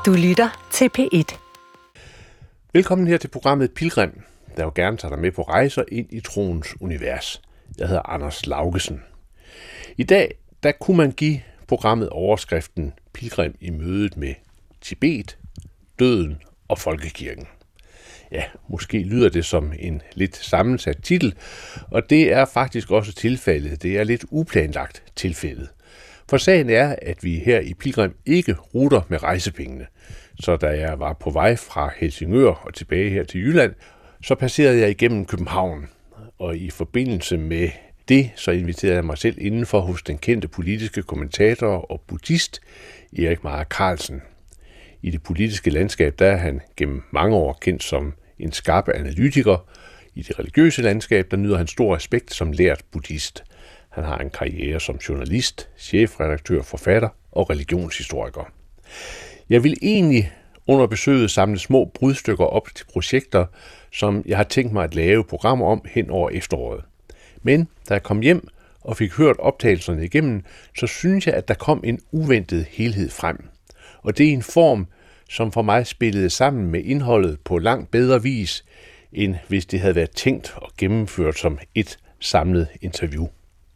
Du lytter til P1. Velkommen her til programmet Pilgrim, der jo gerne tager dig med på rejser ind i troens univers. Jeg hedder Anders Laugesen. I dag, der kunne man give programmet overskriften Pilgrim i mødet med Tibet, døden og folkekirken. Ja, måske lyder det som en lidt sammensat titel, og det er faktisk også tilfældet. Det er lidt uplanlagt tilfældet. For sagen er, at vi her i Pilgrim ikke ruter med rejsepengene. Så da jeg var på vej fra Helsingør og tilbage her til Jylland, så passerede jeg igennem København. Og i forbindelse med det, så inviterede jeg mig selv indenfor hos den kendte politiske kommentator og buddhist Erik Meier Carlsen. I det politiske landskab, der er han gennem mange år kendt som en skarp analytiker. I det religiøse landskab, der nyder han stor respekt som lært buddhist. Han har en karriere som journalist, chefredaktør, forfatter og religionshistoriker. Jeg vil egentlig under besøget samle små brudstykker op til projekter, som jeg har tænkt mig at lave programmer om hen over efteråret. Men da jeg kom hjem og fik hørt optagelserne igennem, så synes jeg, at der kom en uventet helhed frem. Og det er en form, som for mig spillede sammen med indholdet på langt bedre vis, end hvis det havde været tænkt og gennemført som et samlet interview.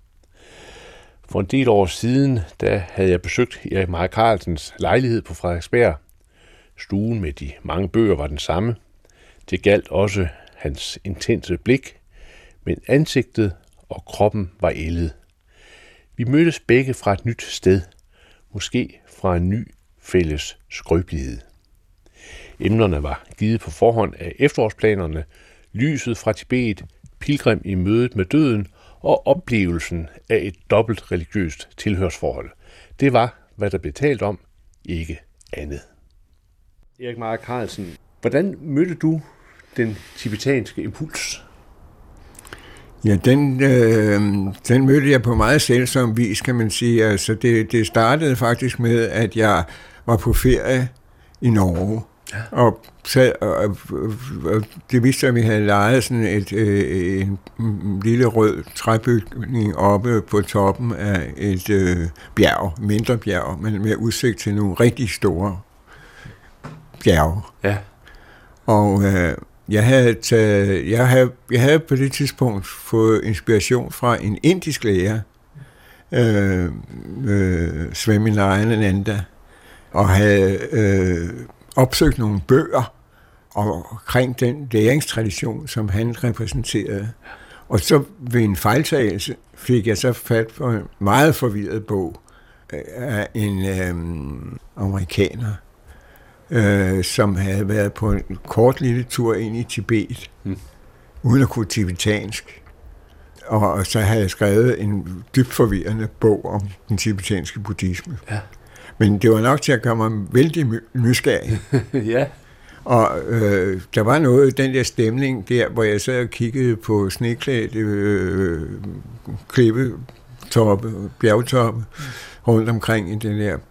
For en del år siden, der havde jeg besøgt Erik Meier Carlsens lejlighed på Frederiksberg. Stuen med de mange bøger var den samme. Det galt også hans intense blik, men ansigtet og kroppen var ældet. Vi mødtes begge fra et nyt sted, måske fra en ny fælles skrøbelighed. Emnerne var givet på forhånd af efterårsplanerne, lyset fra Tibet, pilgrim i mødet med døden og oplevelsen af et dobbelt religiøst tilhørsforhold. Det var, hvad der blev talt om, ikke andet. Erik Meier Carlsen, hvordan mødte du den tibetanske impuls? Ja, den mødte jeg på meget selvsom vis, kan man sige. Altså, det startede faktisk med, at jeg var på ferie i Norge. Ja. Og det viste sig, at vi havde lejet sådan en lille rød træbygning oppe på toppen af et bjerg, mindre bjerg, men med udsigt til nogle rigtig store bjerge. Ja. Og jeg havde på det tidspunkt fået inspiration fra en indisk lærer, Swami Narayananda, og havde opsøgt nogle bøger omkring den læringstradition, som han repræsenterede. Og så ved en fejltagelse fik jeg så fat på en meget forvirret bog af en amerikaner, som havde været på en kort lille tur ind i Tibet, uden at kunne tibetansk. Og så havde jeg skrevet en dybt forvirrende bog om den tibetanske buddhisme. Ja. Men det var nok til at gøre mig vældig nysgerrig. Ja. Og der var noget i den der stemning der, hvor jeg sad og kiggede på sneklædte klippetoppe, bjergtoppe, rundt omkring i den der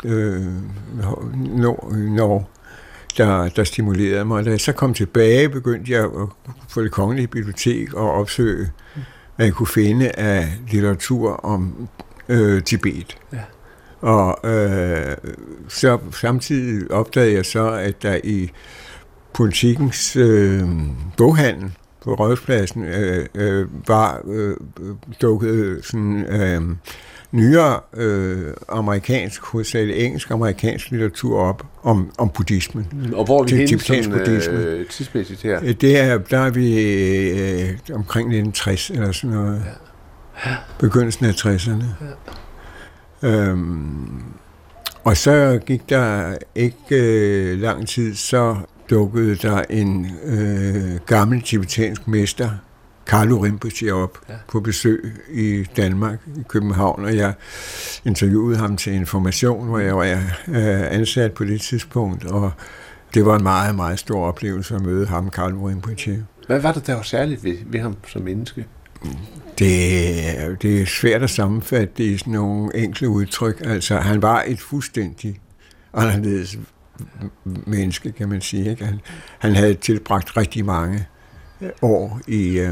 Norge, der stimulerede mig. Da jeg så kom tilbage, begyndte jeg på Det Kongelige Bibliotek at opsøge, hvad jeg kunne finde af litteratur om Tibet. Ja. Og så samtidig opdagede jeg så, at der i Politikens boghandel på Rådhuspladsen var dukket sådan nyere amerikansk, hovedsageligt engelsk-amerikansk litteratur op om buddhismen. Og hvor er vi henne sådan tidsmæssigt her? Der er vi omkring 1960 eller sådan noget. Ja. Begyndelsen af 60'erne. Ja. Og så gik der ikke lang tid, så dukkede der en gammel tibetansk mester, Kalu Rinpoche, op på besøg i Danmark, i København, og jeg interviewede ham til Information, hvor jeg var ansat på det tidspunkt, og det var en meget, meget stor oplevelse at møde ham, Kalu Rinpoche. Hvad var det, der var særligt ved ham som menneske? Det er svært at sammenfatte det i sådan nogle enkle udtryk. Altså, han var et fuldstændig anderledes menneske, kan man sige. Ikke? Han havde tilbragt rigtig mange år i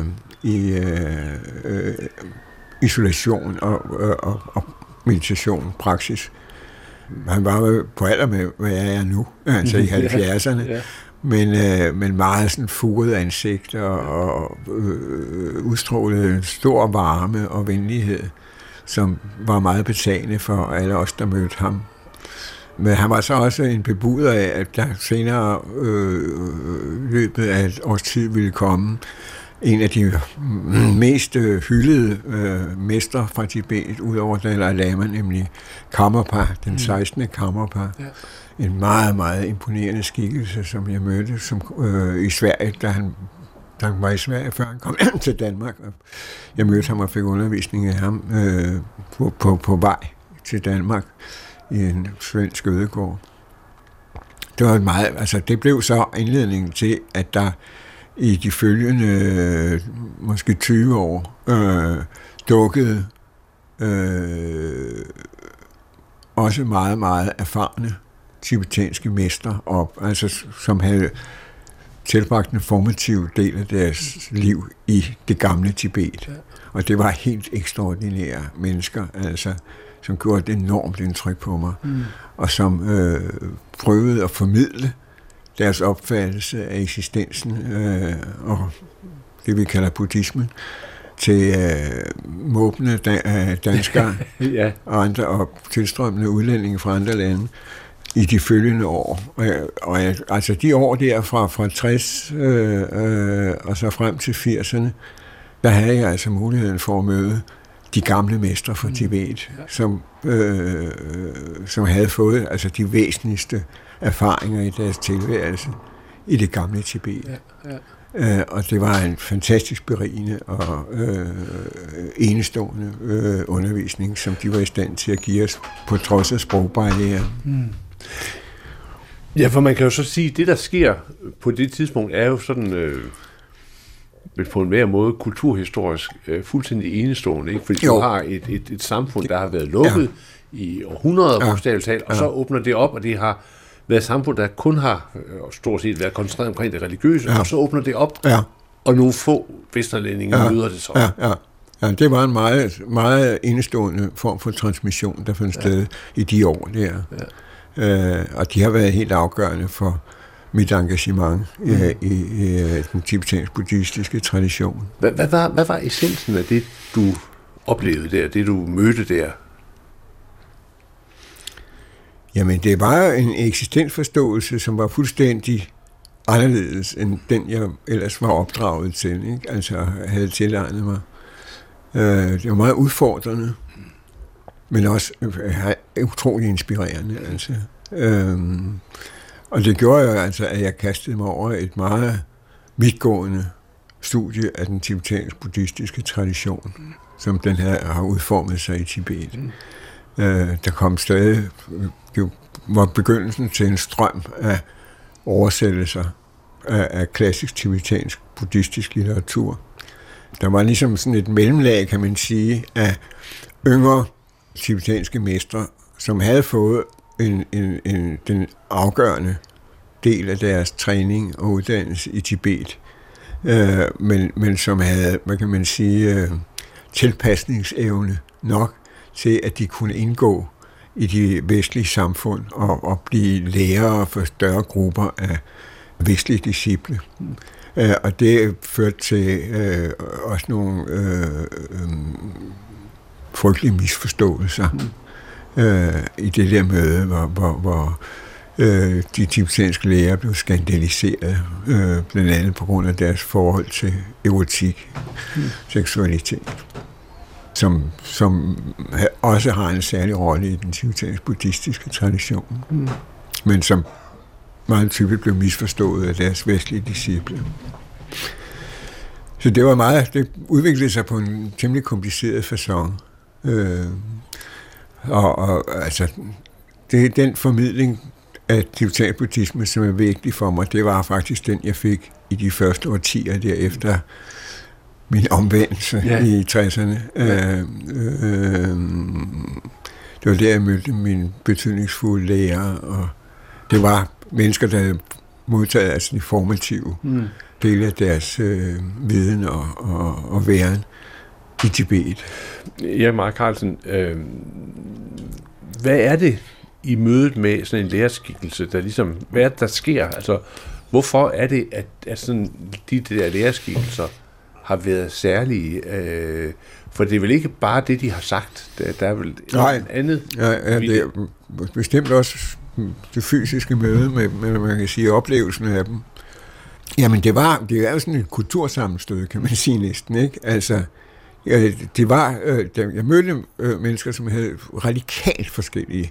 isolation og meditation, praksis. han var på alder med, hvad jeg er nu, altså i 70'erne. Ja. Men meget sådan furet ansigt og udstrålede en stor varme og venlighed, som var meget betagende for alle os, der mødte ham. Men han var så også en bebuder af, at der senere løbet af et års tid ville komme en af de mest hyldede mestre fra Tibet, udover Dalai Lama, nemlig Karmapa, den 16. Karmapa. Ja. En meget, meget imponerende skikkelse, som jeg mødte i Sverige, da han var i Sverige, før han kom til Danmark. Jeg mødte ham og fik undervisning af ham på vej til Danmark i en svensk ødegård. Det var meget, altså det blev så indledningen til, at der i de følgende måske 20 år dukkede også meget, meget erfarne tibetanske mestre op, altså som havde tilbragt en formativ del af deres liv i det gamle Tibet. Og det var helt ekstraordinære mennesker, altså, som gjorde et enormt indtryk på mig, og som prøvede at formidle deres opfattelse af eksistensen og det, vi kalder buddhismen, til måbende danskere ja. Og andre og tilstrømmende udlændinge fra andre lande i de følgende år. Altså de år der fra 60 og så frem til 80'erne, der havde jeg altså muligheden for at møde de gamle mestre fra Tibet, som havde fået altså de væsentligste erfaringer i deres tilværelse i det gamle Tibet. Ja. Og det var en fantastisk berigende og enestående undervisning, som de var i stand til at give os på trods af sprogbarrierer. Ja, for man kan jo så sige, at det, der sker på det tidspunkt, er jo sådan på en mere måde kulturhistorisk fuldstændig enestående, ikke? Fordi du har et samfund, der har været lukket i århundreder, bogstaveligt talt, og så åbner det op, og det har været et samfund, der kun har stort set været koncentreret omkring det religiøse, og så åbner det op, og nogle få vesterlændinge møder det så. Ja, det var en meget, meget enestående form for transmission, der fandt sted i de år der. Ja. Og de har været helt afgørende for mit engagement i den tibetansk-buddhistiske tradition. Hvad var essensen af det, du oplevede der, det du mødte der? Jamen, det var en eksistensforståelse, som var fuldstændig anderledes end den, jeg ellers var opdraget til, ikke? Altså, havde tilegnet mig. Det var meget udfordrende, men også utrolig inspirerende, altså. Og det gjorde jo altså, at jeg kastede mig over et meget vidtgående studie af den tibetansk-buddhistiske tradition, som den her har udformet sig i Tibet. Der kom stadig, det var begyndelsen til en strøm af oversættelser af klassisk tibetansk buddhistisk litteratur. Der var ligesom sådan et mellemlag, kan man sige, af yngre tibetanske mestre, som havde fået den afgørende del af deres træning og uddannelse i Tibet, men som havde, hvad kan man sige, tilpasningsevne nok til, at de kunne indgå i de vestlige samfund og blive lærere for større grupper af vestlige disciple. Og det førte til også nogle frygtelige misforståelser i det der møde, hvor de tibetanske læger blev skandaliseret, blandt andet på grund af deres forhold til erotik, seksualitet, som også har en særlig rolle i den tibetansk-buddhistiske tradition, men som meget typisk blev misforstået af deres vestlige disciple. Så det var meget, det udviklede sig på en temmelig kompliceret facon. Og altså, det er den formidling af tibetansk buddhisme, som er vigtig for mig. Det var faktisk den, jeg fik i de første årtier derefter min omvendelse i 60'erne. Det var der, jeg mødte mine betydningsfulde lærere, og det var mennesker, der havde modtaget altså de formative dele af deres viden og væren i Tibet. Ja, Mark Carlsen, hvad er det i mødet med sådan en lærerskikkelse, der ligesom, hvad er det, der sker? Altså, hvorfor er det, at sådan de der lærerskikkelser har været særlige? For det er vel ikke bare det, de har sagt. Der er vel andet? Ja, det er bestemt også det fysiske møde med man kan sige, oplevelsen af dem. Jamen, det er jo sådan et kultursammenstød, kan man sige næsten, ikke? Altså, det var, jeg mødte mennesker, som havde radikalt forskellige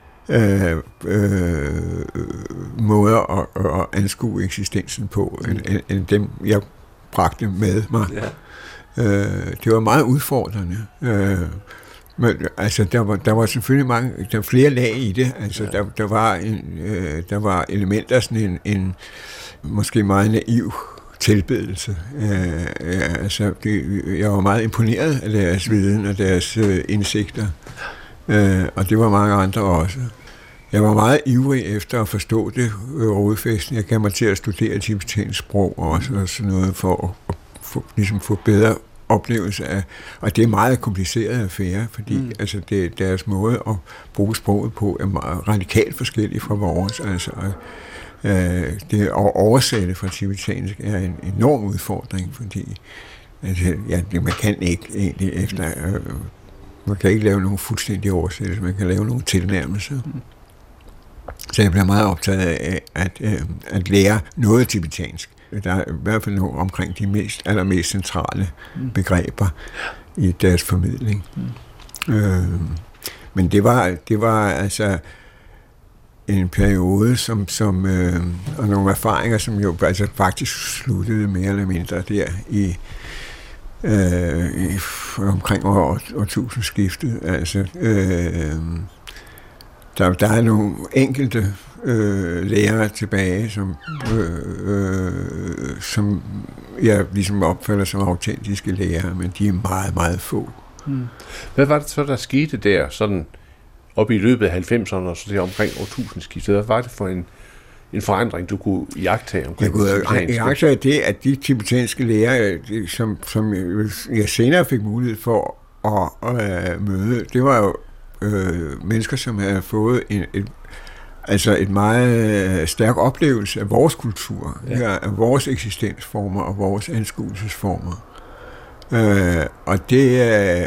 måder at anskue eksistensen på, end dem, jeg bragte med mig. Ja. Det var meget udfordrende. Men altså, der var selvfølgelig flere lag i det. Altså, der var elementer sådan en måske meget naiv tilbedelse. Altså, jeg var meget imponeret af deres viden og deres indsigter. Og det var mange andre også. Jeg var meget ivrig efter at forstå det rodfæstende. Jeg gav mig til at studere tibetansk sprog også, og sådan noget for at ligesom få bedre oplevelse af, og det er meget kompliceret affære, fordi altså deres måde at bruge sproget på er meget radikalt forskellig fra vores. Altså, det at oversætte fra tibetansk er en enorm udfordring, fordi altså, man kan ikke egentlig efter man kan ikke lave nogen fuldstændig oversættelse, man kan lave nogle tilnærmelser. Så jeg bliver meget optaget af at lære noget tibetansk. Der er i hvert fald noget omkring de allermest centrale begreber i deres formidling. Men det var altså en periode, og nogle erfaringer, som jo altså faktisk sluttede mere eller mindre der i omkring årtusindskiftet. Altså, der er nogle enkelte lærere tilbage, som jeg ligesom opfatter som autentiske lærere, men de er meget, meget få. Hvad var det så, der skete der, sådan op i løbet af 90'erne og så der omkring årtusindskiftet? Hvad var det for en forandring, du kunne iagttage omkring det tibetanske? Jeg kunne iagttage det, at de tibetanske lærere, som jeg senere fik mulighed for at møde, det var jo mennesker, som havde fået et meget stærk oplevelse af vores kultur, af vores eksistensformer og vores anskuelsesformer. Og det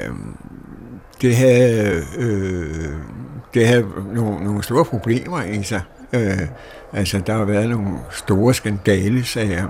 havde nogle store problemer i sig. Altså, der har været nogle store skandalesager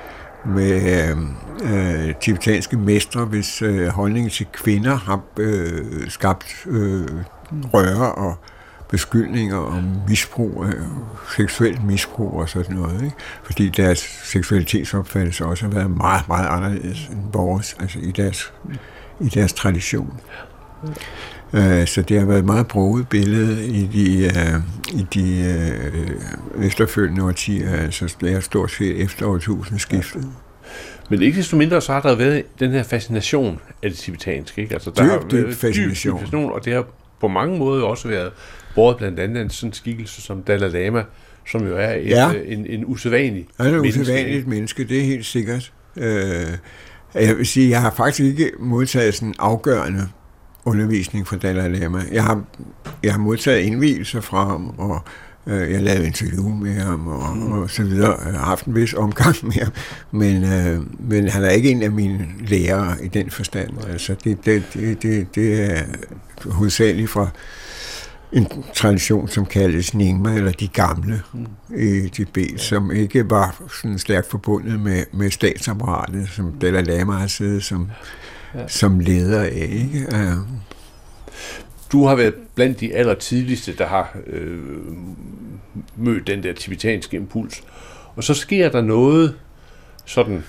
med tibetanske mestre, hvis holdningen til kvinder har skabt røre og beskyldninger om misbrug, seksuelt misbrug og sådan noget, ikke? Fordi deres seksualitetsopfattelse også har været meget, meget anderledes end vores, altså i deres tradition. Så det har været et meget broget billede i de efterfølgende årtier, altså det er stort set efter årtusindskiftet. Men ikke desto mindre, så har der været den her fascination af det tibetanske, ikke? Altså, der har dyb fascination, og det har på mange måder også været båret blandt andet en sådan skikkelse som Dalai Lama, som jo er en usædvanlig menneske. Han er et usædvanligt menneske, det er helt sikkert. Jeg vil sige, jeg har faktisk ikke modtaget sådan afgørende undervisning fra Dalai Lama. Jeg har modtaget indvielser fra ham, og jeg har lavet interview med ham, og så videre. Jeg har haft en vis omgang med ham, men han er ikke en af mine lærere i den forstand. Altså, det er hovedsageligt fra en tradition, som kaldes Nyingma, eller de gamle i Tibet, som ikke var sådan stærkt forbundet med statsapparatet, som Dalai Lama har siddet som leder af, ikke? Du har været blandt de allertidligste, der har mødt den der tibetanske impuls. Og så sker der noget sådan,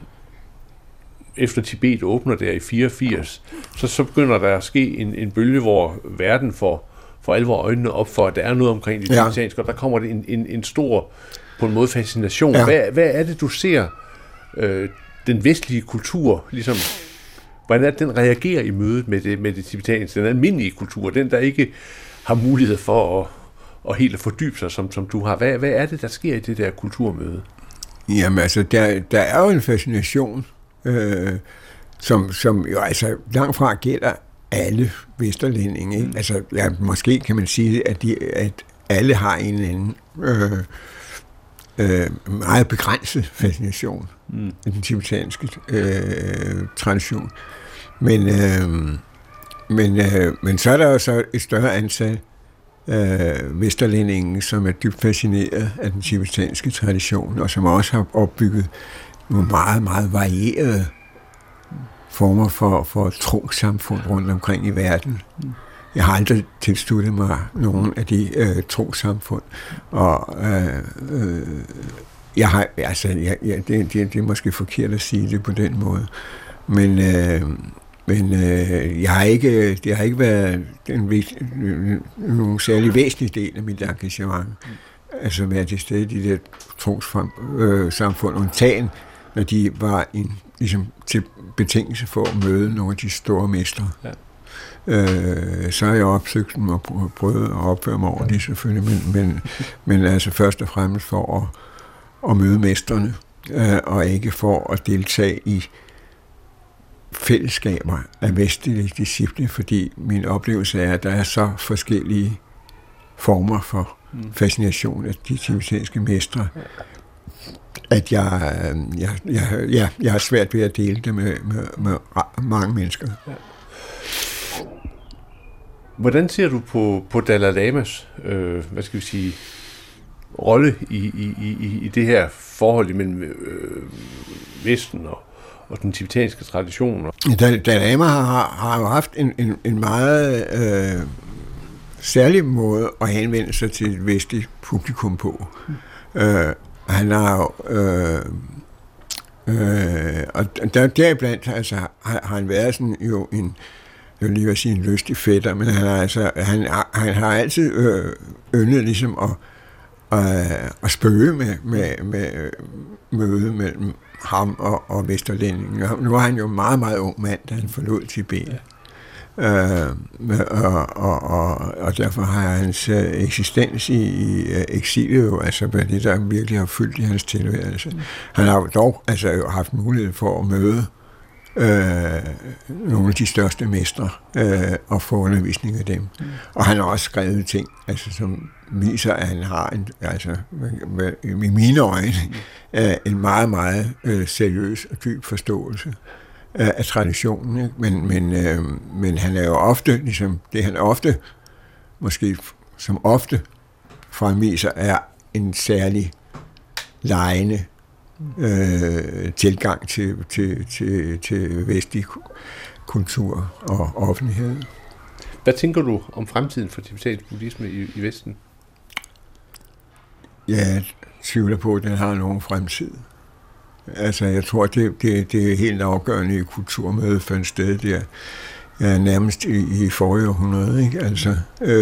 efter Tibet åbner der i 84, så begynder der at ske en bølge, hvor verden får alvor øjnene op for, at der er noget omkring det tibetanske, og der kommer det en stor, på en måde, fascination. Ja. Hvad er det, du ser den vestlige kultur, ligesom, hvordan er det, den reagerer i mødet med det tibetanske, den almindelige kultur, den, der ikke har mulighed for at helt fordybe sig, som du har. Hvad er det, der sker i det der kulturmøde? Jamen altså, der er jo en fascination, som jo altså langt fra gælder alle vesterlændinge. Ikke? Altså, ja, måske kan man sige, at alle har en eller anden meget begrænset fascination af den tibetanske tradition. Men så er der jo så et større antal vesterlændinge, som er dybt fascineret af den tibetanske tradition, og som også har opbygget nogle meget, meget varierede former for trossamfund rundt omkring i verden. Jeg har aldrig tilsluttet mig nogen af de trossamfund, og jeg har, altså, det er måske forkert at sige det på den måde, men det har ikke været nogen særlig væsentlig del af mit engagement, altså være til stede i de der trossamfund, undtagen, når de var ligesom til betingelse for at møde nogle af de store mestre. Ja. Så har jeg opsøgt dem og prøvet at opføre mig ordentligt selvfølgelig, men altså først og fremmest for at møde mestrene, og ikke for at deltage i fællesskaber af vestlige disciple, fordi min oplevelse er, at der er så forskellige former for fascination af de tibetanske mestre, at jeg har svært ved at dele det med mange mennesker. Ja. Hvordan ser du på Dalai Lamas, rolle i det her forhold imellem Vesten og den tibetanske tradition? Dalai Lama har jo haft en meget særlig måde at henvende sig til et vestligt publikum på. Han har jo og deriblandt altså, har han været sådan jo en, jeg vil lige vil sige en lystig fætter, men han har altid yndet ligesom at spøge med møde mellem ham og vesterlændingen. Nu er han jo en meget, meget ung mand, da han forlod Tibet. Ja. Og derfor har hans eksistens i eksilet jo altså været det, der virkelig har fyldt i hans tilværelse. Han har jo dog altså haft mulighed for at møde nogle af de største mestre og få undervisning af dem. Og han har også skrevet ting, altså, som viser, at han har i mine øjne en meget, meget seriøs og dyb forståelse af traditionen. Ikke? Men han er jo ofte, ligesom det han ofte, måske som ofte fremviser, er en særlig legende tilgang til vestlig kultur og offentlighed. Hvad tænker du om fremtiden for tibetansk buddhisme i Vesten? Jeg tvivler på, at den har nogen fremtid. Altså, jeg tror, det er helt afgørende i kulturmødet fandt sted der. Ja, nærmest i forrige århundrede, ikke? Altså,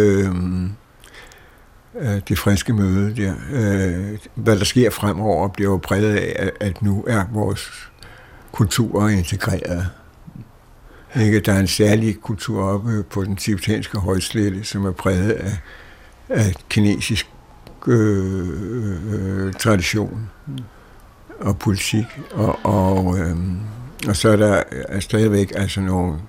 det friske møde der. Hvad der sker fremover, bliver jo præget af, at nu er vores kulturer integreret. Ikke? Der er en særlig kultur oppe på den tibetanske højslette, som er præget af kinesisk tradition og politik, og så er der stadigvæk altså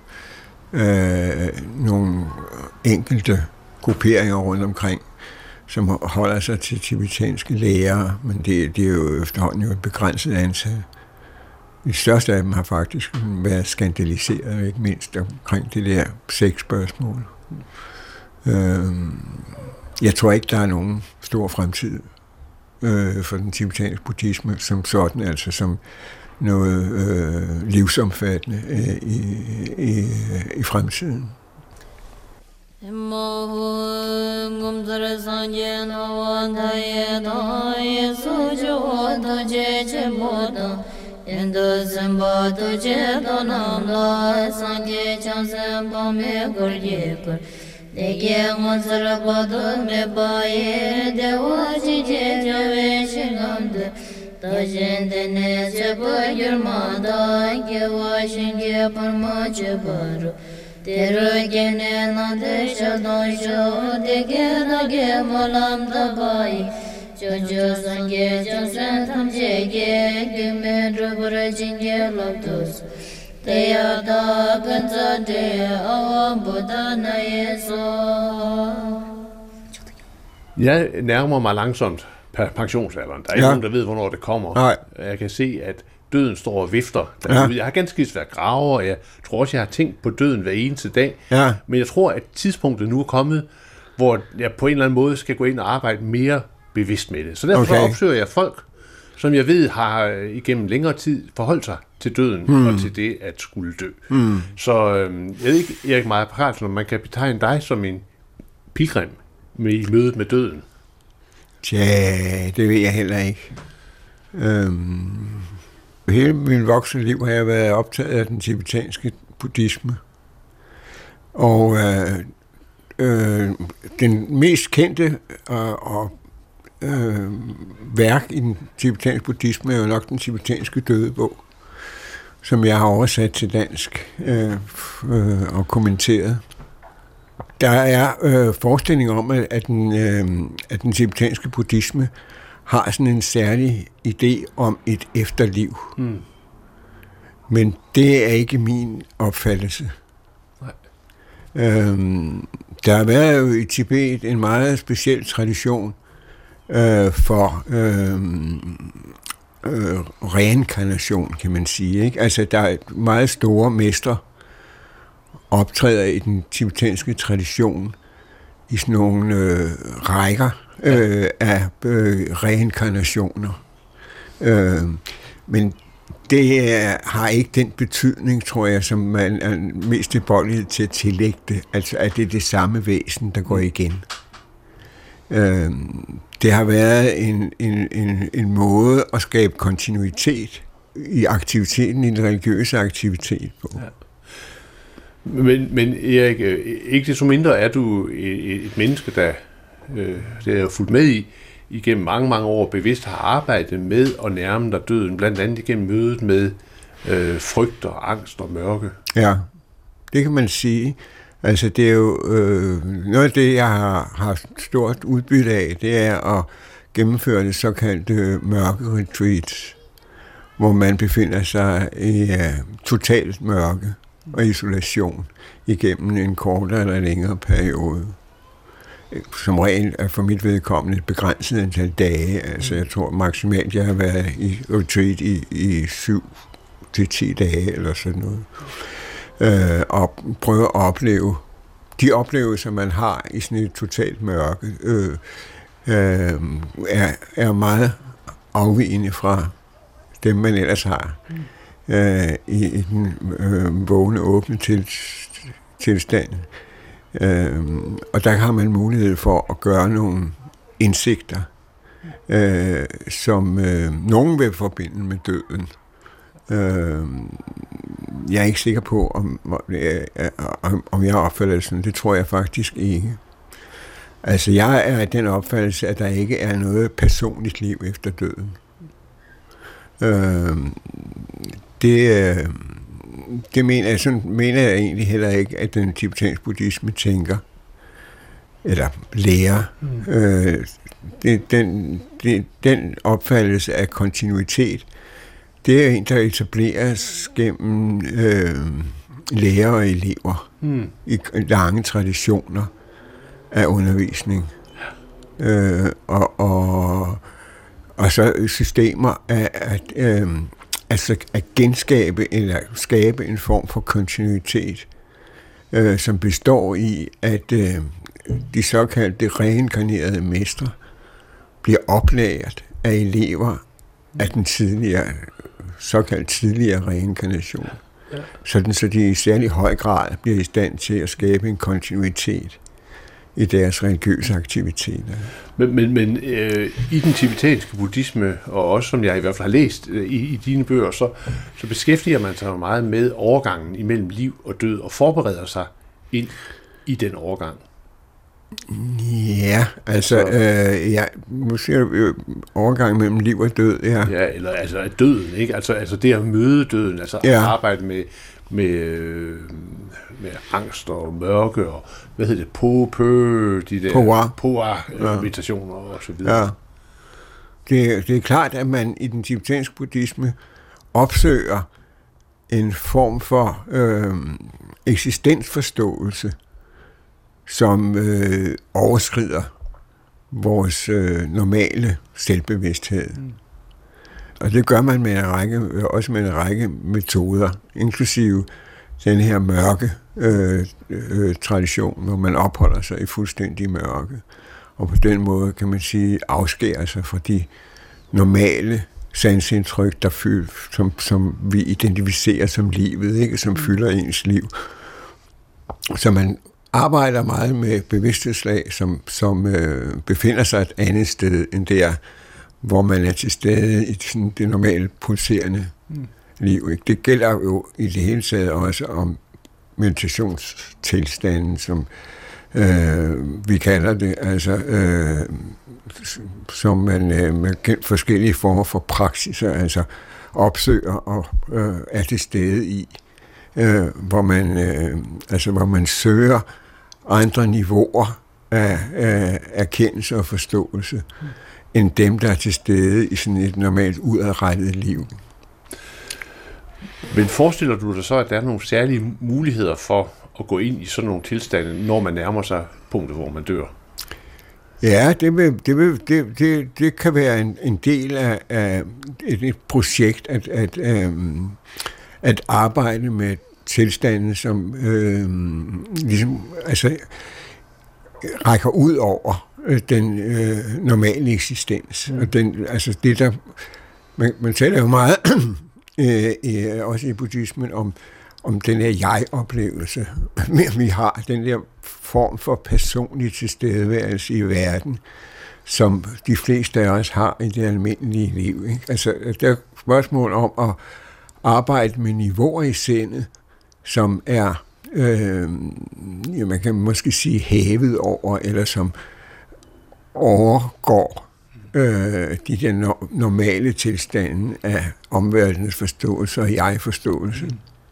nogle enkelte grupperinger rundt omkring, som holder sig til tibetanske lærere, men det er jo efterhånden jo et begrænset antal. De største af dem har faktisk været skandaliseret, ikke mindst omkring det der sexspørgsmål. Jeg tror ikke, der er nogen stor fremtid for den tibetanske buddhisme som sådan, altså som noget livsomfattende i fremtiden. Deke monzara bado me baye de oji je jave shingamde tajende ne se boyurmada ge washinge parma chebaru tero gene na de shadosho deke na ge molam da bayi jojo sange josen tamje ge me drubra jinge laptos Teya da ganza de awa buddha na yeso. Jeg nærmer mig langsomt pensionsalderen. Der er ikke nogen, der ved, hvornår det kommer. Nej. Jeg kan se, at døden står og vifter derude. Jeg har ganske vist været graver, og jeg tror også, jeg har tænkt på døden hver eneste dag. Ja. Men jeg tror, at tidspunktet nu er kommet, hvor jeg på en eller anden måde skal gå ind og arbejde mere bevidst med det. Så derfor opsøger jeg folk, som jeg ved har igennem længere tid forholdt sig til døden og til det at skulle dø. Så jeg ved ikke, Erik Meier Carlsen, om man kan betegne dig som en pilgrim i mødet med døden. Tja, det ved jeg heller ikke. Hele min voksne liv har jeg været optaget af den tibetanske buddhisme. Og den mest kendte værk i den tibetanske buddhisme er jo nok den tibetanske dødebog, som jeg har oversat til dansk og kommenteret. Der er forestilling om, at den tibetanske buddhisme har sådan en særlig idé om et efterliv. Men det er ikke min opfattelse. Nej. Der har været jo i Tibet en meget speciel tradition for reinkarnation, kan man sige. Ikke? Altså, der er meget store mestre optræder i den tibetanske tradition i sådan nogle rækker af reinkarnationer. Men det har ikke den betydning, tror jeg, som man er mest tilbøjelig til at tillægge det. Altså, at det er det samme væsen, der går igen. Det har været en måde at skabe kontinuitet i aktiviteten, i den religiøse aktivitet på. Ja. Men Erik, ikke desto mindre er du et menneske, der det er fulgt med i igennem mange, mange år bevidst har arbejdet med at nærme dig døden, blandt andet igennem mødet med frygt og angst og mørke. Ja, det kan man sige. Altså det er jo noget af det, jeg har stort udbytte af, det er at gennemføre det såkaldte mørke retreat, hvor man befinder sig i totalt mørke og isolation igennem en kortere eller længere periode. Som regel er for mit vedkommende et begrænset antal dage. Altså jeg tror maksimalt, jeg har været i retreat i 7-10 dage eller sådan noget. Og prøve at opleve de oplevelser, man har i sådan et totalt mørke, er meget afvigende fra dem, man ellers har i den vågne, åbne tilstand. Og der har man mulighed for at gøre nogle indsigter, som nogen vil forbinde med døden. Jeg er ikke sikker på, om jeg opfatter det sådan. Det tror jeg faktisk ikke. Altså, jeg er af den opfattelse, at der ikke er noget personligt liv efter døden. Det mener jeg egentlig heller ikke, at den tibetanske buddhisme tænker, eller lærer. Den opfattelse af kontinuitet, det er en, der etableres gennem lærere og elever i lange traditioner af undervisning. Og så systemer at genskabe eller skabe en form for kontinuitet, som består i, at de såkaldte reinkarnerede mestre bliver oplært af elever af den såkaldt tidligere reinkarnation. Ja. Sådan så de i særlig høj grad bliver i stand til at skabe en kontinuitet i deres religiøse aktiviteter. Men i den tibetanske buddhisme, og også som jeg i hvert fald har læst i dine bøger, så beskæftiger man sig meget med overgangen imellem liv og død, og forbereder sig ind i den overgang. Ja, altså, nu siger du overgang mellem liv og død, ja. Ja, eller altså døden, ikke? Altså det at møde døden, altså at arbejde med angst og mørke og, hvad hedder det, de der poa-meditationer og så videre. Ja. Det er klart, at man i den tibetanske buddhisme opsøger en form for eksistensforståelse, som overskrider vores normale selvbevidsthed. Og det gør man med også med en række metoder, inklusive den her mørke tradition, hvor man opholder sig i fuldstændig mørke. Og på den måde kan man sige, afskærer sig fra de normale sansindtryk, som vi identificerer som livet, ikke? Som fylder ens liv. Så man arbejder meget med bevidsthedslag, som befinder sig et andet sted end der, hvor man er til stede i sådan det normale pulserende liv. Ikke? Det gælder jo i det hele taget også om meditationstilstanden, som vi kalder det, altså som man med forskellige former for praksiser, altså opsøger og er til stede i, hvor man søger andre niveauer af erkendelse og forståelse, end dem, der er til stede i sådan et normalt udadrettet liv. Men forestiller du dig så, at der er nogle særlige muligheder for at gå ind i sådan nogle tilstande, når man nærmer sig punktet, hvor man dør? Ja, det kan være en del af et projekt at arbejde med tilstande, som ligesom, altså, rækker ud over den normale eksistens. Og den, altså det der, man taler jo meget også i buddhismen om den her jeg-oplevelse. Vi har den der form for personlig tilstedeværelse i verden, som de fleste af os har i det almindelige liv. Ikke? Altså, der er spørgsmål om at arbejde med niveauer i sindet, som er, man kan måske sige, hævet over, eller som overgår de der normale tilstande af omverdenens forståelse og jeg-forståelse.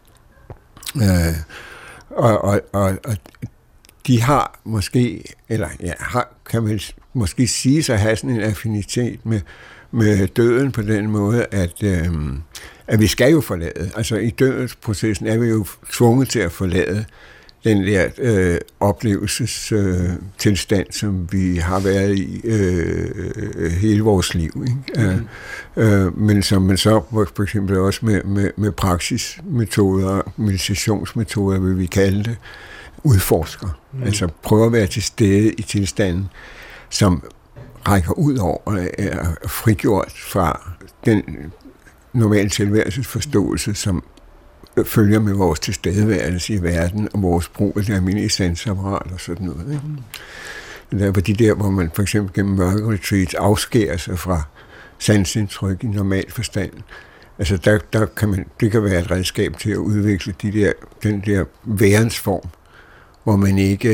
Og de har måske, eller kan man måske sige at have sådan en affinitet med døden på den måde, at vi skal jo forlade. Altså i dødsprocessen er vi jo tvunget til at forlade den der oplevelsestilstand, som vi har været i hele vores liv. Ikke? Men som man så for eksempel også med praksismetoder, meditationsmetoder, vil vi kalde det, udforsker. Altså prøver at være til stede i tilstanden, som rækker ud over og er frigjort fra den normale tilværelsesforståelse, som følger med vores tilstedeværelse i verden og vores brug af det almindelige sansapparat og sådan noget. Ikke? Der var de der, hvor man for eksempel gennem mørke retreats afskærer sig fra sansindtryk i normal forstand. Altså der kan det kan være et redskab til at udvikle den der værensform, hvor man ikke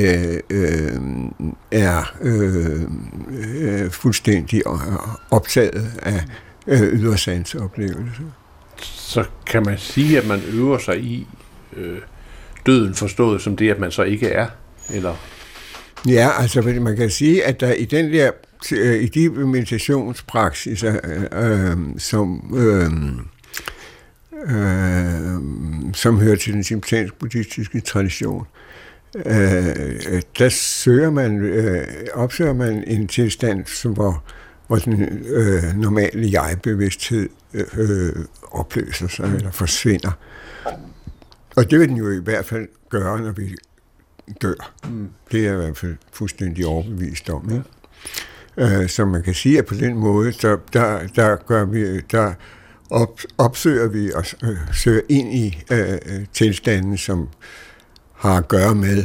er fuldstændig optaget af ydre sansoplevelser. Så kan man sige, at man øver sig i døden forstået som det, at man så ikke er, eller? Ja, altså man kan sige, at der i den der i de meditationspraksiser, som hører til den tibetansk-buddhistiske tradition, der opsøger man en tilstand, hvor den normale jeg-bevidsthed opløser sig eller forsvinder. Og det vil den jo i hvert fald gøre, når vi dør. Det er jeg i hvert fald fuldstændig overbevist om. Ikke? Så man kan sige, at på den måde, der opsøger vi og søger ind i tilstanden, som har at gøre med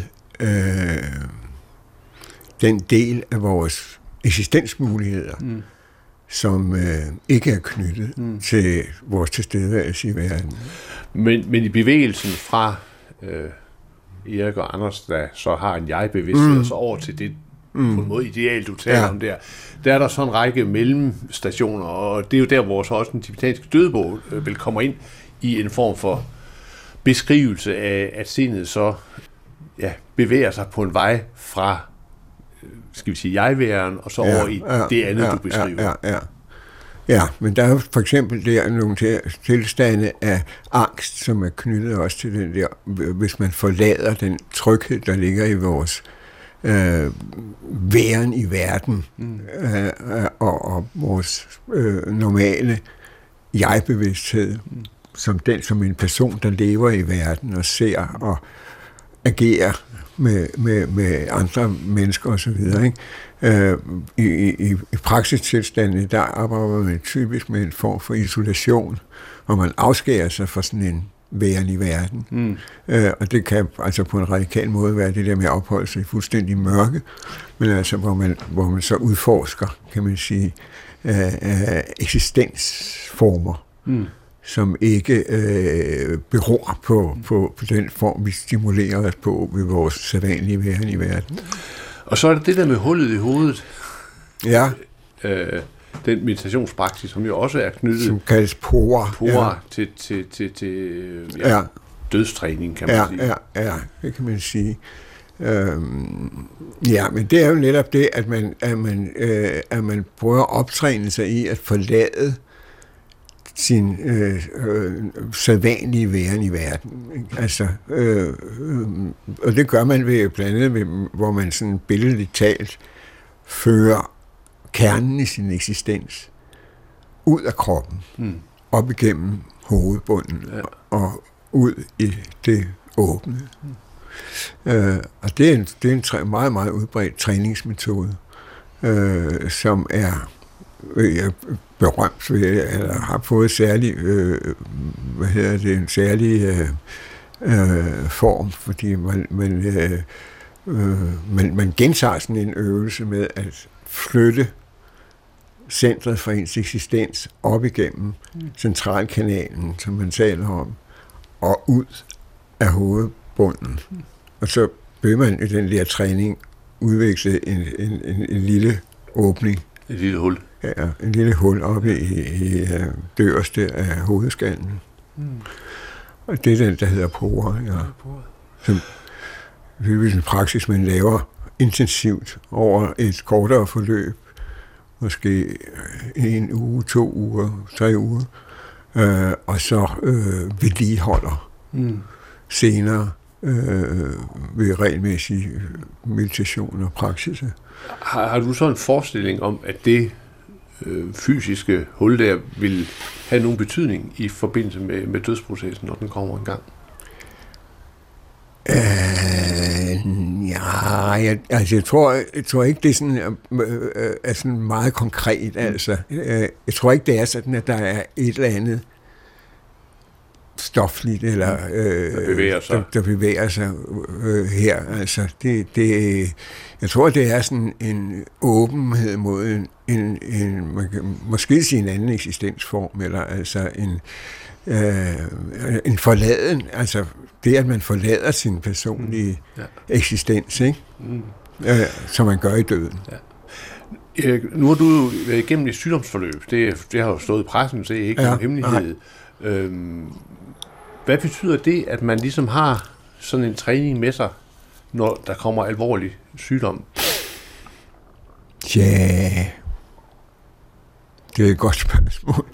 den del af vores eksistensmuligheder, som ikke er knyttet til vores tilstedeværelse i verden. Men i bevægelsen fra Erik og Anders, der så har en jeg-bevidsthed, og så over til det på en måde ideal, du taler om der er der så en række mellemstationer, og det er jo der, hvor så også den tibetanske dødebog vil komme ind i en form for beskrivelse af, at sindet så bevæger sig på en vej fra, skal vi sige, jeg-væren, og så over i det andet, du beskriver. Ja, men der er jo for eksempel der nogle tilstande af angst, som er knyttet også til den der, hvis man forlader den tryghed, der ligger i vores væren i verden, og vores normale jeg-bevidsthed, som en person, der lever i verden og ser og agerer med andre mennesker osv. I praksistilstanden, der arbejder man typisk med en form for isolation, hvor man afskærer sig fra sådan en væren i verden. Og det kan altså på en radikal måde være det der med at opholde sig i fuldstændig mørke, men altså hvor man så udforsker, kan man sige, eksistensformer, som ikke beror på den form, vi stimulerer os på ved vores sædvanlige væren i verden. Og så er det der med hullet i hovedet. Ja. Den meditationspraksis, som jo også er knyttet... Som kaldes porer. Til dødstræning, kan man sige. Ja, det kan man sige. Men det er jo netop det, at man prøver at optræne sig i at forlade sin sædvanlige væren i verden. Altså, og det gør man ved blandt andet, hvor man sådan billedligt talt fører kernen i sin eksistens ud af kroppen, op igennem hovedbunden og ud i det åbne. Og det er en meget, meget udbredt træningsmetode, som er berømt, eller har fået særlig, en særlig form, fordi man gentager sådan en øvelse med at flytte centret for ens eksistens op igennem centralkanalen, som man taler om, og ud af hovedbunden. Og så vil man i den der træning udvikle en lille åbning. Et lille hul. Ja, en lille hul oppe i øverste af hovedskallen. Og det er den, der hedder porer. Ja. Som det er en praksis, man laver intensivt over et kortere forløb. Måske 1 uge, 2 uger, 3 uger. Og så vedligeholder senere ved regelmæssig meditation og praksis. Har du så en forestilling om, at det fysiske hul der vil have nogen betydning i forbindelse med dødsprocessen, når den kommer en gang? Jeg tror ikke, det er sådan meget konkret. Altså. Jeg tror ikke, det er sådan, at der er et eller andet stofligt, eller der bevæger sig her. Altså, jeg tror, det er sådan en åbenhed mod man kan måske sige en anden eksistensform, eller altså en forladen, altså det, at man forlader sin personlige eksistens, ikke? Som man gør i døden. Ja. Nu har du jo været igennem et sygdomsforløb. Det har jo stået i pressen, så det er ikke en hemmelighed. Hvad betyder det, at man ligesom har sådan en træning med sig, når der kommer alvorlig sygdom? Ja, det er et godt spørgsmål.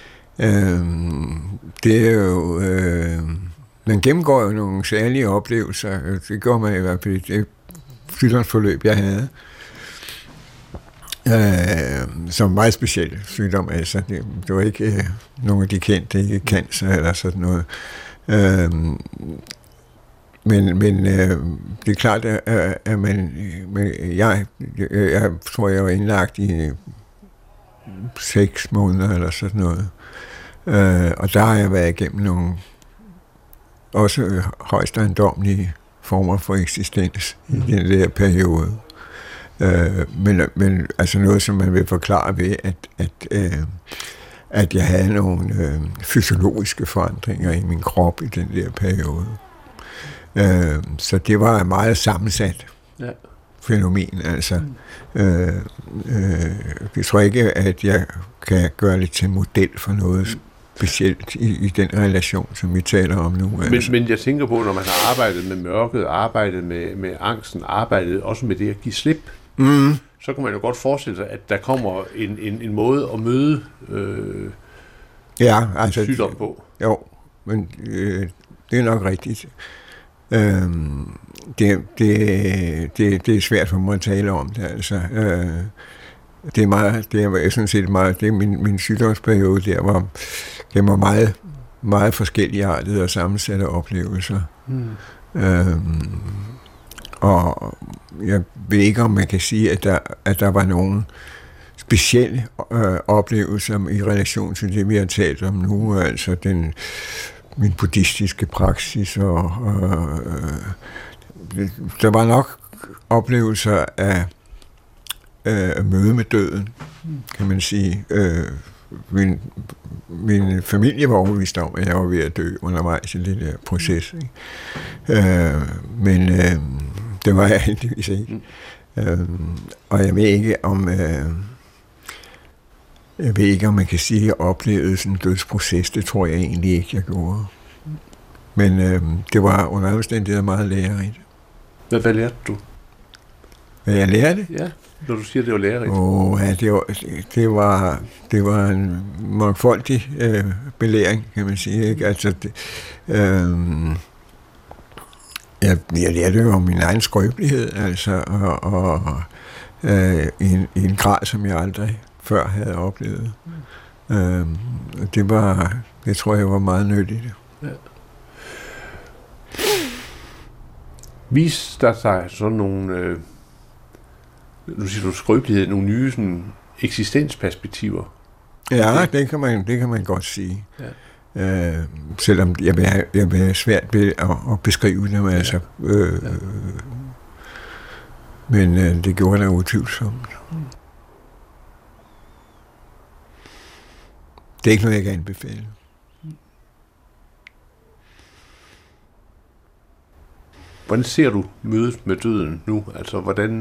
Det er jo... man gennemgår jo nogle særlige oplevelser. Det gør man i hvert fald i det sygdomsforløb, jeg havde. Som meget speciel sygdom. Altså, det var ikke nogen af de kendte, ikke cancer eller sådan noget. Men det er klart, at jeg tror, jeg var indlagt i 6 måneder eller sådan noget. Og der har jeg været igennem nogle også højst ejendomlige former for eksistens i den der periode. Men altså noget, som man vil forklare ved, at jeg havde nogle fysiologiske forandringer i min krop i den der periode. Så det var et meget sammensat fænomen. Altså. Jeg tror ikke, at jeg kan gøre det til model for noget specielt i den relation, som vi taler om nu. Men jeg tænker på, når man har arbejdet med mørket, arbejdet med angsten, arbejdet også med det at give slip. så kan man jo godt forestille sig, at der kommer en måde at møde sygdom på. Jo, men det er nok rigtigt. Det er svært for mig at tale om det, altså. Det er sådan set meget, det er min sygdomsperiode, det var meget, meget forskelligartede og sammensatte oplevelser. Og jeg ved ikke, om man kan sige, at der var nogen specielle oplevelser i relation til det, vi har talt om nu, altså min buddhistiske praksis, og der var nok oplevelser af møde med døden, kan man sige. Min familie var overbevist om, at jeg var ved at dø undervejs i det der proces. Men det var jeg heldigvis ikke. Og jeg ved ikke, om man kan sige, at jeg oplevede sådan en dødsproces. Det tror jeg egentlig ikke, jeg gjorde. Men det var under omstændigheder meget lærerigt. Hvad lærte du? Hvad jeg lærte? Ja, når du siger, det var lærerigt. Det var en mangfoldig belæring, kan man sige. Ikke? Altså, jeg lærte jo om min egen skrøbelighed, altså, og i en grad, som jeg aldrig før havde oplevet. Det tror jeg var meget nyttigt. Ja. Viste der sig sådan nogle, nu siger du skrøbelighed, nogle nye sådan, eksistensperspektiver? Ja, det kan man godt sige. Ja. Selvom jeg vil have svært ved at beskrive dem, altså. Men det gjorde det utvivlsomt. Det er ikke noget, jeg kan anbefale. Hvordan ser du mødet med døden nu? Altså, hvordan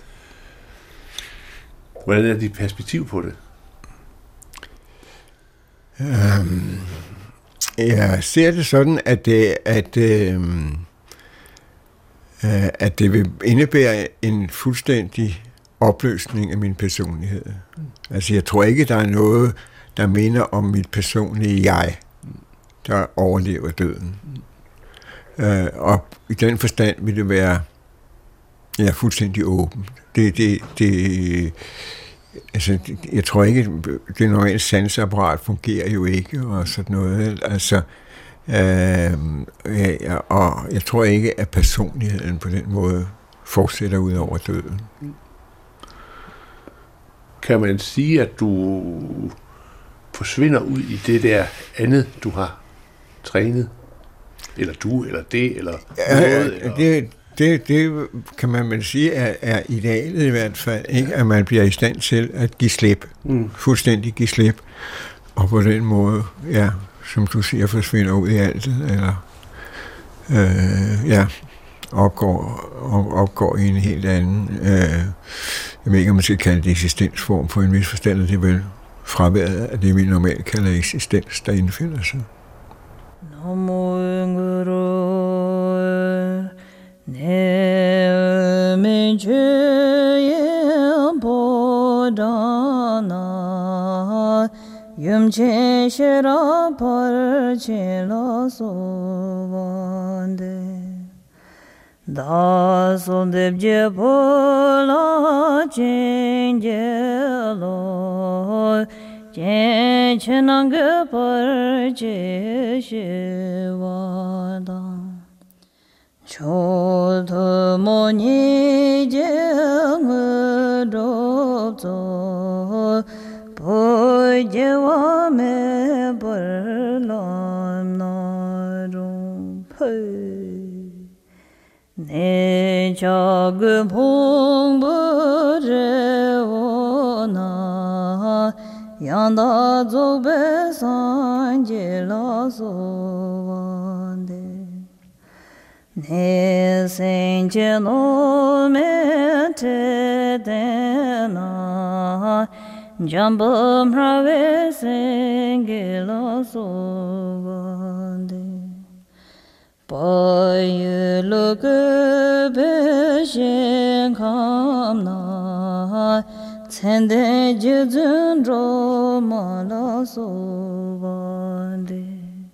er dit perspektiv på det? Jeg ser det sådan, at det vil indebære en fuldstændig opløsning af min personlighed. Altså, jeg tror ikke, der er noget, der minder om mit personlige jeg, der overlever døden. Og i den forstand vil det være fuldstændig åbent. Altså, jeg tror ikke, det normale sansapparat fungerer jo ikke, og sådan noget. Altså, og jeg tror ikke, at personligheden på den måde fortsætter ud over døden. Kan man sige, at du forsvinder ud i det der andet, du har trænet? Eller du, eller det, eller noget? Eller? Det kan man sige er idealet i hvert fald, ikke? At man bliver i stand til at give slip, fuldstændig give slip, og på den måde, ja, som du siger, forsvinder ud i alt, eller opgår i en helt anden, jeg ved ikke, om man skal kalde det eksistensform på en vis forstand, det er vel fraværet af det, vi normalt kalder eksistens, der indfinder sig. Namo Guru Neme Jye Bodhana Yumche Shera Parche La Sovande Da Sondebje Pola Chenjelo Chenanga Parche Shivada Chodho Moni Jeng Dobzo Pojewa Me Barlam Narum Ne Chag Pong Barewona Yanda Zobe Sanje La Sovande Ne Senche No Me Te Dena Jambam Rave Senge La Sovande Payu Lugu Beshen Kamna Tsende jizun ro ma la so vande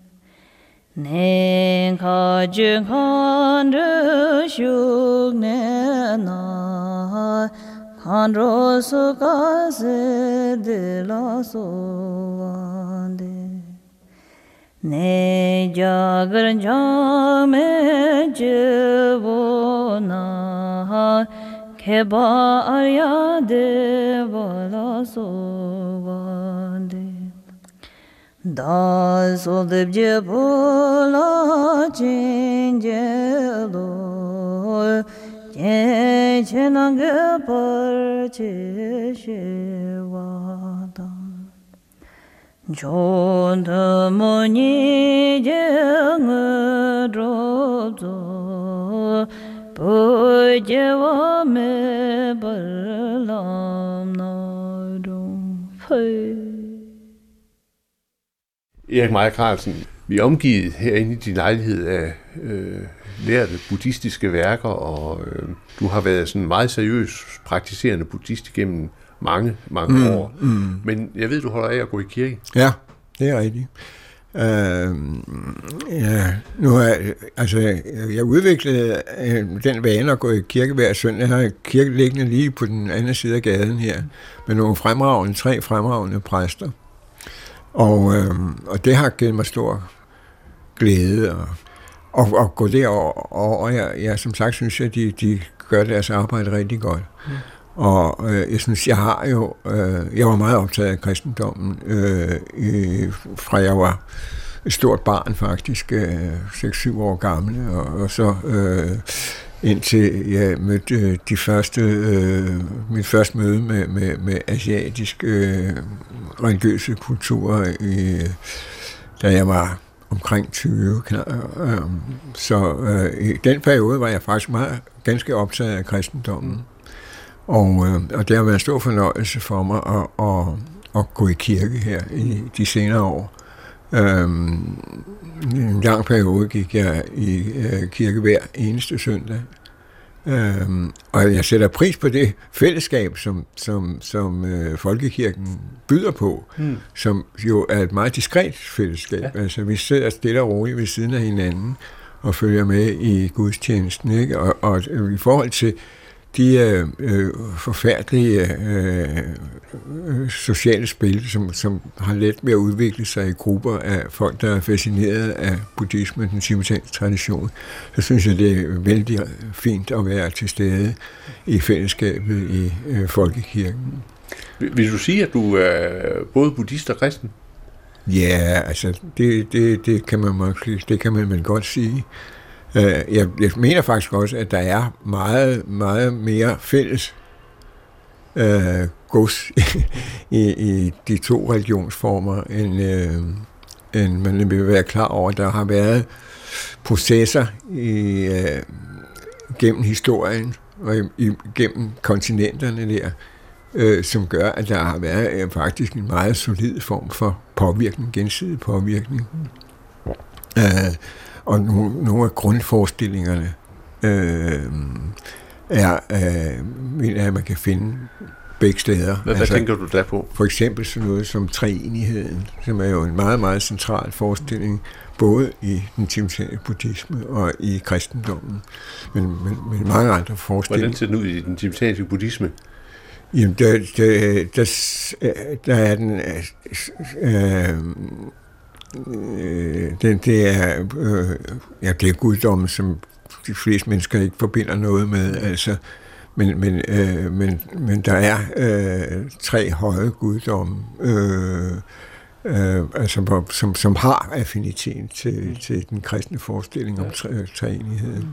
Ne ka ju khan ru shuk ne na khan ro su ka se de la so vande Ne jagar jame jivo na Keba arya deva la so vande Da so deb jivo la chinje lo Je chenang par che shivada Chon mo ni jeng ro zo Bø jewa me balam na dum fø. Erik Meier Carlsen, vi er omgivet herinde i din lejlighed af lærte buddhistiske værker, og du har været sådan meget seriøs praktiserende buddhist gennem mange år. Men jeg ved, du holder af at gå i kirke. Ja, det er rigtigt. Jeg udviklede den vane at gå i kirke hver søndag. Jeg har kirke liggende lige på den anden side af gaden her, med nogle tre fremragende præster. Og det har givet mig stor glæde at gå derover. Og jeg som sagt synes, at de gør deres arbejde rigtig godt. Og jeg synes, jeg var meget optaget af kristendommen, fra jeg var et stort barn faktisk, 6-7 år gammel, og så indtil jeg mødte mit første møde med asiatiske religiøse kulturer, da jeg var omkring 20. Så i den periode var jeg faktisk ganske optaget af kristendommen. Og det har været en stor fornøjelse for mig at gå i kirke her i de senere år. En lang periode gik jeg i kirke hver eneste søndag. Og jeg sætter pris på det fællesskab, som folkekirken byder på, som jo er et meget diskret fællesskab. Ja. Altså, vi sidder stille og roligt ved siden af hinanden og følger med i gudstjenesten, ikke? Og i forhold til de forfærdelige sociale spil, som har let med at udvikle sig i grupper af folk, der er fascineret af buddhismen, den tibetanske tradition, så synes jeg, det er vældig fint at være til stede i fællesskabet i folkekirken. Vil du sige, at du er både buddhist og kristen? Ja, altså det kan man vel godt sige. Jeg mener faktisk også, at der er meget, meget mere fælles gods i de to religionsformer, end man vil være klar over. Der har været processer gennem historien og gennem kontinenterne der, som gør, at der har været faktisk en meget solid form for påvirkning, gensidig påvirkning. Og nogle af grundforestillingerne mener jeg, at man kan finde begge steder. Hvad tænker du der på? For eksempel sådan noget som treenigheden, som er jo en meget, meget central forestilling, både i den tibetanske buddhisme og i kristendommen, men mange andre forestillinger. Hvordan ser den ud i den tibetanske buddhisme? Jamen, der er den... Det er guddommen, som de fleste mennesker ikke forbinder noget med, altså, men der er 3 høje guddomme, altså, som har affinitet til den kristne forestilling om treenigheden.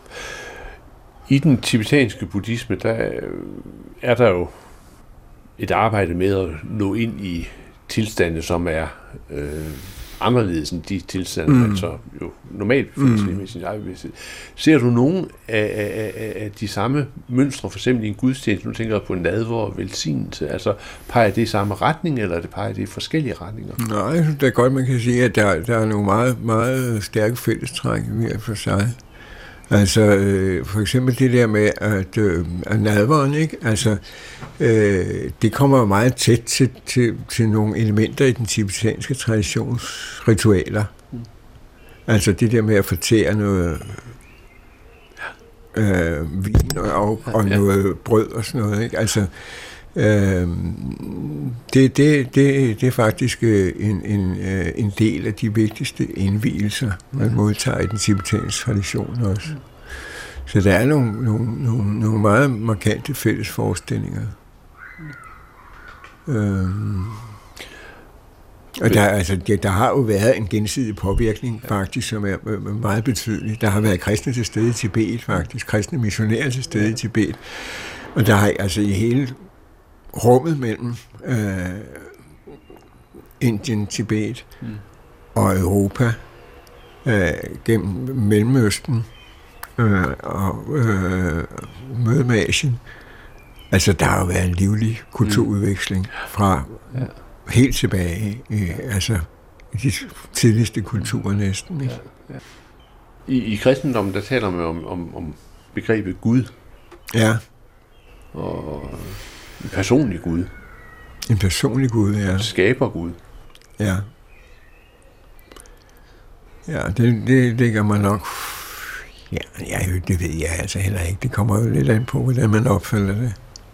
I den tibetanske buddhisme, der er der jo et arbejde med at nå ind i tilstande, som er anderledes end de tilstande, man så jo normalt befinder sig med sin egen bevidsthed. Ser du nogen af de samme mønstre, for eksempel i en gudstjeneste, nu tænker jeg på nadver og velsignelse, altså peger det i samme retning, eller peger det i forskellige retninger? Nej, jeg synes, det er godt, man kan sige, at der er nogle meget, meget stærke fællestræk hver for sig. Altså, for eksempel det der med at nadveren, ikke? Altså, det kommer meget tæt til nogle elementer i den tibetanske traditionsritualer. Altså det der med at fortære noget vin og noget brød og sådan noget, ikke? Altså, det er faktisk en del af de vigtigste indvielser, man modtager i den tibetanske tradition også. Så der er nogle meget markante fælles forestillinger. Og der har jo været en gensidig påvirkning, faktisk, som er meget betydelig. Der har været kristne til stede i Tibet, faktisk. Kristne missionærer til stede i Tibet. Og der har altså i hele rummet mellem Indien, Tibet og Europa, gennem Mellemøsten og møde med Asien. Altså, der har jo været en livlig kulturudveksling fra helt tilbage i de tidligste kulturer næsten. Ikke? I kristendommen, der taler man om begrebet Gud. Ja. Og en personlig Gud. En personlig Gud, ja. Skaber Gud. Ja. Ja, det ligger man nok... Ja, det ved jeg altså heller ikke. Det kommer jo lidt an på, hvordan man opfatter det.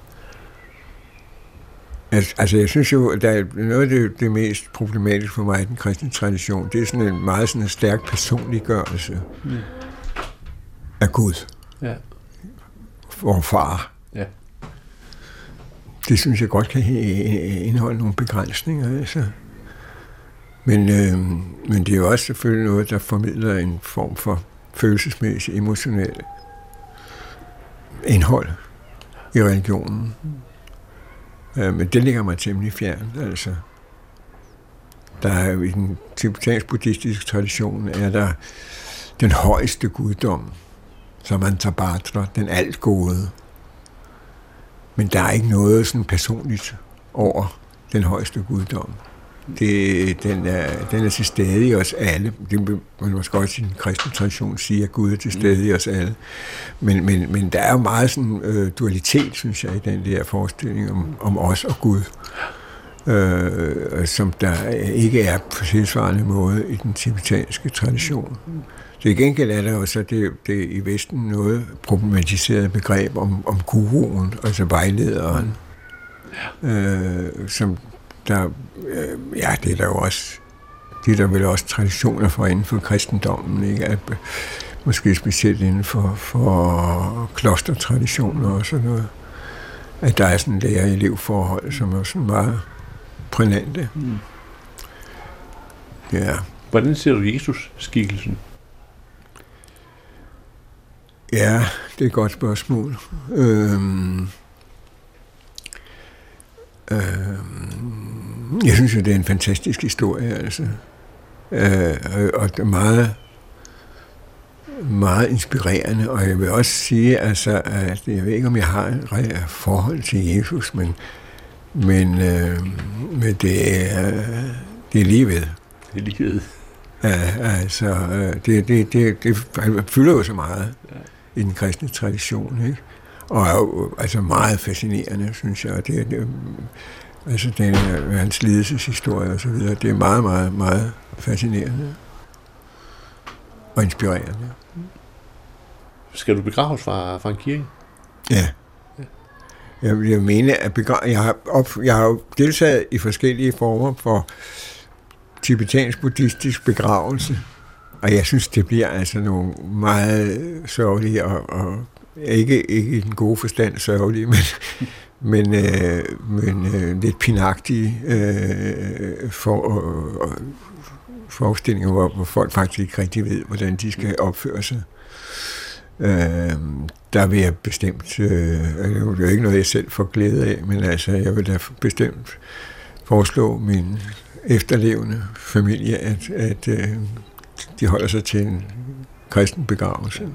Altså, jeg synes jo, at der er noget af det mest problematiske for mig i den kristne tradition, det er sådan en meget stærk personliggørelse af Gud. Ja. Og far. Ja. Det synes jeg godt kan indeholde nogle begrænsninger, altså. Men det er jo også selvfølgelig noget, der formidler en form for følelsesmæssigt, emotionelt indhold i religionen. Men det ligger mig temmelig fjern, altså. Der er jo i den tibetansk-buddhistiske tradition, er der den højeste guddom, som Antabhadra, den alt gode. Men der er ikke noget sådan personligt over den højeste guddom. Den er til stede i os alle. Det man måske også i den kristne tradition sige, at Gud er til stede i os alle. Men der er jo meget sådan dualitet, synes jeg, i den der forestilling om os og Gud, som der ikke er på tilsvarende måde i den tibetanske tradition. Til gengæld er der jo så det i Vesten noget problematiseret begreb om guruen, altså vejlederen, som der, det er der jo også, det er der vel også traditioner for inden for kristendommen, ikke? At, måske specielt inden for klostertraditioner og sådan noget, at der er sådan et lærer-elev-forhold, som er sådan meget prænante. Ja. Hvordan ser du Jesus-skikkelsen? Ja, det er et godt spørgsmål. Jeg synes jo, det er en fantastisk historie, altså. Og det er meget, meget inspirerende, og jeg vil også sige, altså, at jeg ved ikke, om jeg har et forhold til Jesus, men det er lige ved. Det er lige ved. Altså, det fylder jo så meget i den kristne tradition, ikke? Og er jo altså meget fascinerende, synes jeg. Altså hans lidelseshistorie og så videre, det er meget, meget, meget fascinerende og inspirerende. Skal du begraves fra en kirke? Ja. Jeg mener, at jeg har jo deltaget i forskellige former for tibetansk-buddhistisk begravelse, og jeg synes, det bliver altså nogle meget sørgelige og ikke i den gode forstand sørgelige, men lidt pinagtige forestillinger, hvor folk faktisk ikke rigtig ved, hvordan de skal opføre sig. Der vil jeg bestemt, det er jo ikke noget, jeg selv får glæde af, men altså, jeg vil da bestemt foreslå min efterlevende familie, at de holder sig til en kristen begravelse.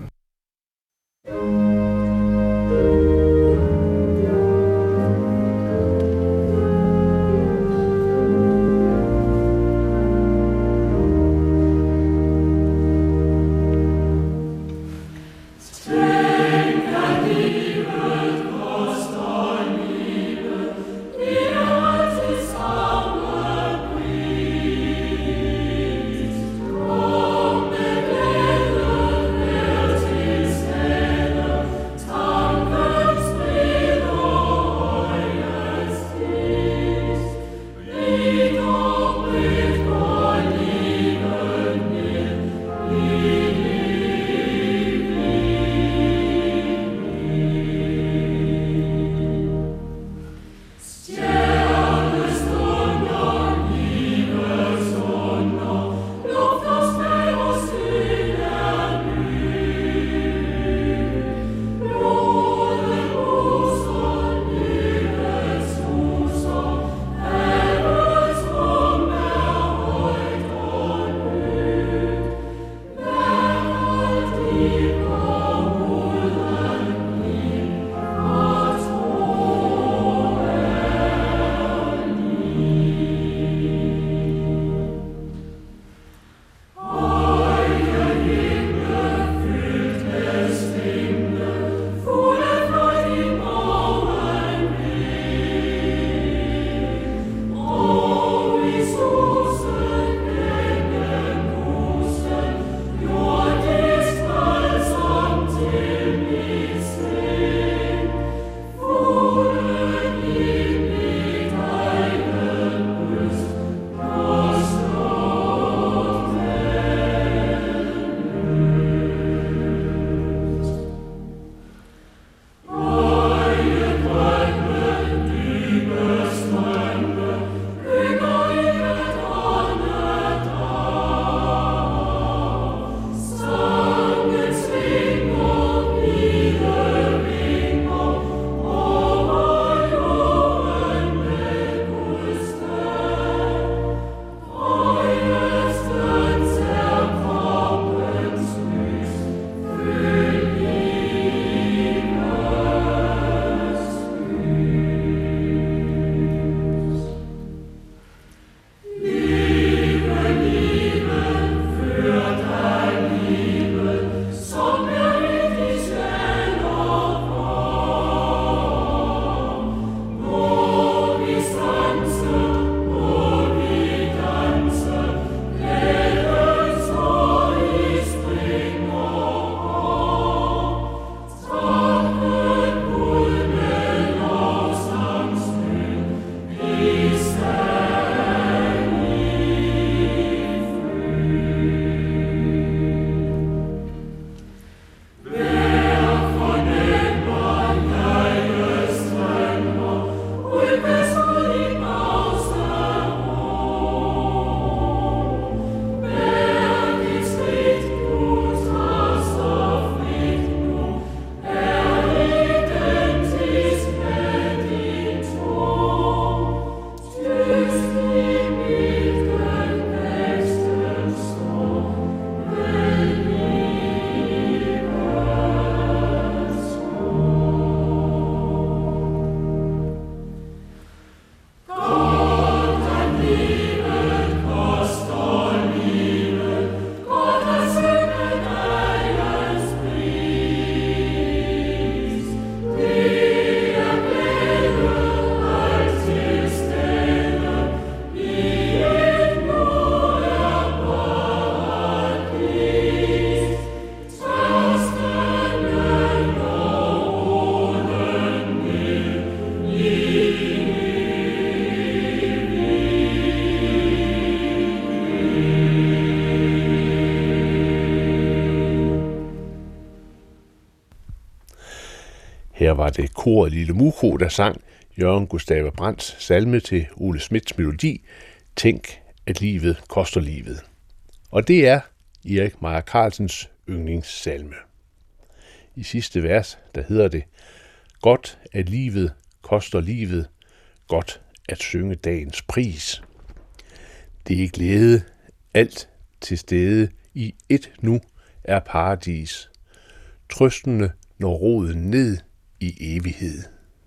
var det koret Lille Muko, der sang Jørgen Gustave Brandts salme til Ole Smiths melodi, Tænk, at livet koster livet. Og det er Erik Meier Carlsens yndlingssalme. I sidste vers, der hedder det, godt at livet koster livet, godt at synge dagens pris. Det er glæde, alt til stede, i et nu er paradis. Trøstende når roden ned i evighed.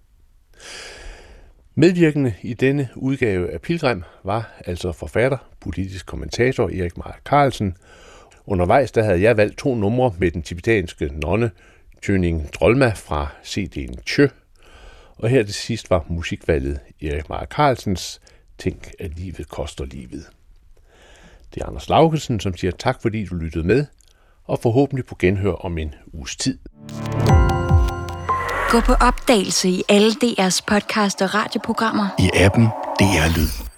Medvirkende i denne udgave af Pilgrim var altså forfatter, politisk kommentator Erik Meier Carlsen. Undervejs der havde jeg valgt 2 numre med den tibetanske nonne Tøning Drolma fra CD'en Tjø. Og her til sidst var musikvalget Erik Meier Carlsens Tænk, at livet koster livet. Det er Anders Laugesen, som siger tak, fordi du lyttede med, og forhåbentlig på genhør om en uges tid. Gå på opdagelse i alle DR's podcast og radioprogrammer. I appen DR Lyd.